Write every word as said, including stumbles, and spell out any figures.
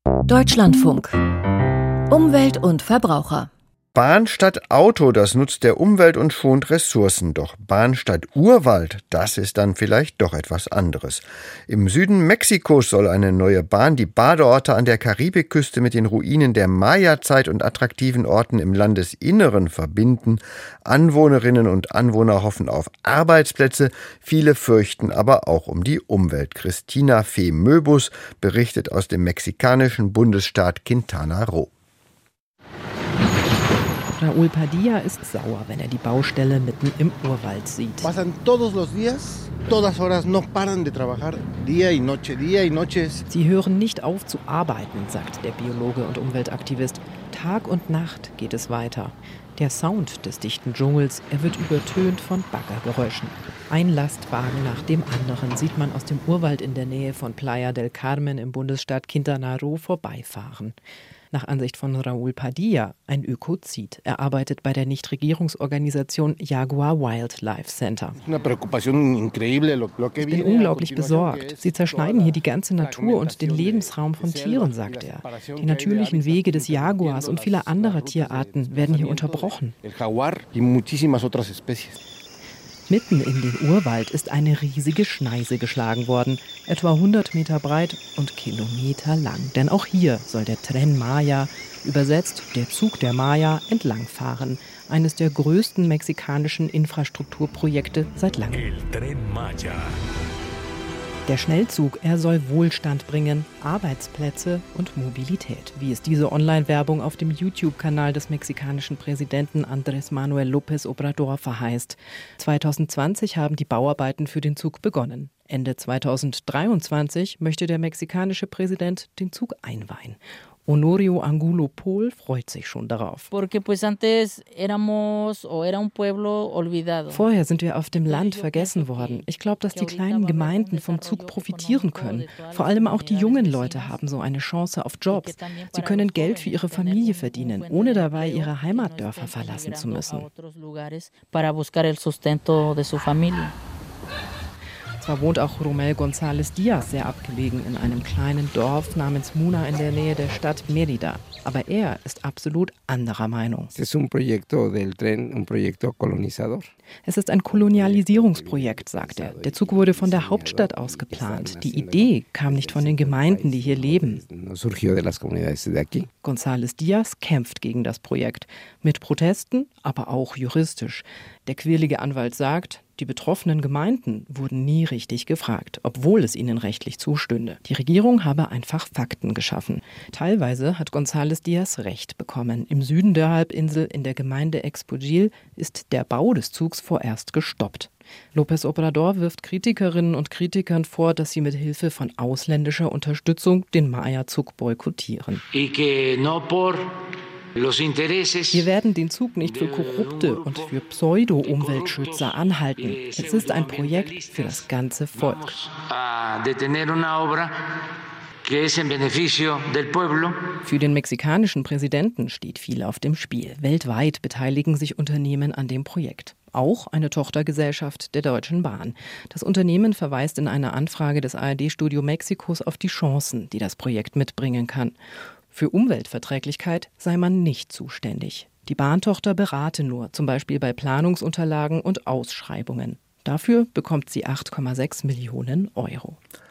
Deutschlandfunk. Umwelt und Verbraucher. Bahn statt Auto, das nutzt der Umwelt und schont Ressourcen. Doch Bahn statt Urwald, das ist dann vielleicht doch etwas anderes. Im Süden Mexikos soll eine neue Bahn die Badeorte an der Karibikküste mit den Ruinen der Maya-Zeit und attraktiven Orten im Landesinneren verbinden. Anwohnerinnen und Anwohner hoffen auf Arbeitsplätze, viele fürchten aber auch um die Umwelt. Christina Fee Möbus berichtet aus dem mexikanischen Bundesstaat Quintana Roo. Raúl Padilla ist sauer, wenn er die Baustelle mitten im Urwald sieht. Pasan todos los días, todas horas, no paran de trabajar, día y noche, día y noches. Sie hören nicht auf zu arbeiten, sagt der Biologe und Umweltaktivist. Tag und Nacht geht es weiter. Der Sound des dichten Dschungels, er wird übertönt von Baggergeräuschen. Ein Lastwagen nach dem anderen sieht man aus dem Urwald in der Nähe von Playa del Carmen im Bundesstaat Quintana Roo vorbeifahren. Nach Ansicht von Raúl Padilla ein Ökozid. Er arbeitet bei der Nichtregierungsorganisation Jaguar Wildlife Center. Ich bin unglaublich besorgt. Sie zerschneiden hier die ganze Natur und den Lebensraum von Tieren, sagt er. Die natürlichen Wege des Jaguars und vieler anderer Tierarten werden hier unterbrochen. Mitten in den Urwald ist eine riesige Schneise geschlagen worden, etwa hundert Meter breit und Kilometer lang. Denn auch hier soll der Tren Maya, übersetzt der Zug der Maya, entlangfahren. Eines der größten mexikanischen Infrastrukturprojekte seit langem. Der Schnellzug, er soll Wohlstand bringen, Arbeitsplätze und Mobilität, wie es diese Online-Werbung auf dem YouTube-Kanal des mexikanischen Präsidenten Andrés Manuel López Obrador verheißt. zwanzig zwanzig haben die Bauarbeiten für den Zug begonnen. Ende zwanzig dreiundzwanzig möchte der mexikanische Präsident den Zug einweihen. Honorio Angulo Pol freut sich schon darauf. Vorher sind wir auf dem Land vergessen worden. Ich glaube, dass die kleinen Gemeinden vom Zug profitieren können. Vor allem auch die jungen Leute haben so eine Chance auf Jobs. Sie können Geld für ihre Familie verdienen, ohne dabei ihre Heimatdörfer verlassen zu müssen. Zwar wohnt auch Romel González Díaz sehr abgelegen in einem kleinen Dorf namens Muna in der Nähe der Stadt Mérida. Aber er ist absolut anderer Meinung. Es ist ein Kolonialisierungsprojekt, sagt er. Der Zug wurde von der Hauptstadt aus geplant. Die Idee kam nicht von den Gemeinden, die hier leben. González Díaz kämpft gegen das Projekt. Mit Protesten, aber auch juristisch. Der quirlige Anwalt sagt, die betroffenen Gemeinden wurden nie richtig gefragt, obwohl es ihnen rechtlich zustünde. Die Regierung habe einfach Fakten geschaffen. Teilweise hat González Díaz recht bekommen. Im Süden der Halbinsel, in der Gemeinde Expojil, ist der Bau des Zugs vorerst gestoppt. López Obrador wirft Kritikerinnen und Kritikern vor, dass sie mit Hilfe von ausländischer Unterstützung den Maya-Zug boykottieren. Wir werden den Zug nicht für Korrupte und für Pseudo-Umweltschützer anhalten. Es ist ein Projekt für das ganze Volk. Für den mexikanischen Präsidenten steht viel auf dem Spiel. Weltweit beteiligen sich Unternehmen an dem Projekt. Auch eine Tochtergesellschaft der Deutschen Bahn. Das Unternehmen verweist in einer Anfrage des A R D-Studio Mexikos auf die Chancen, die das Projekt mitbringen kann. Für Umweltverträglichkeit sei man nicht zuständig. Die Bahntochter berate nur, zum Beispiel bei Planungsunterlagen und Ausschreibungen. Dafür bekommt sie acht Komma sechs Millionen Euro.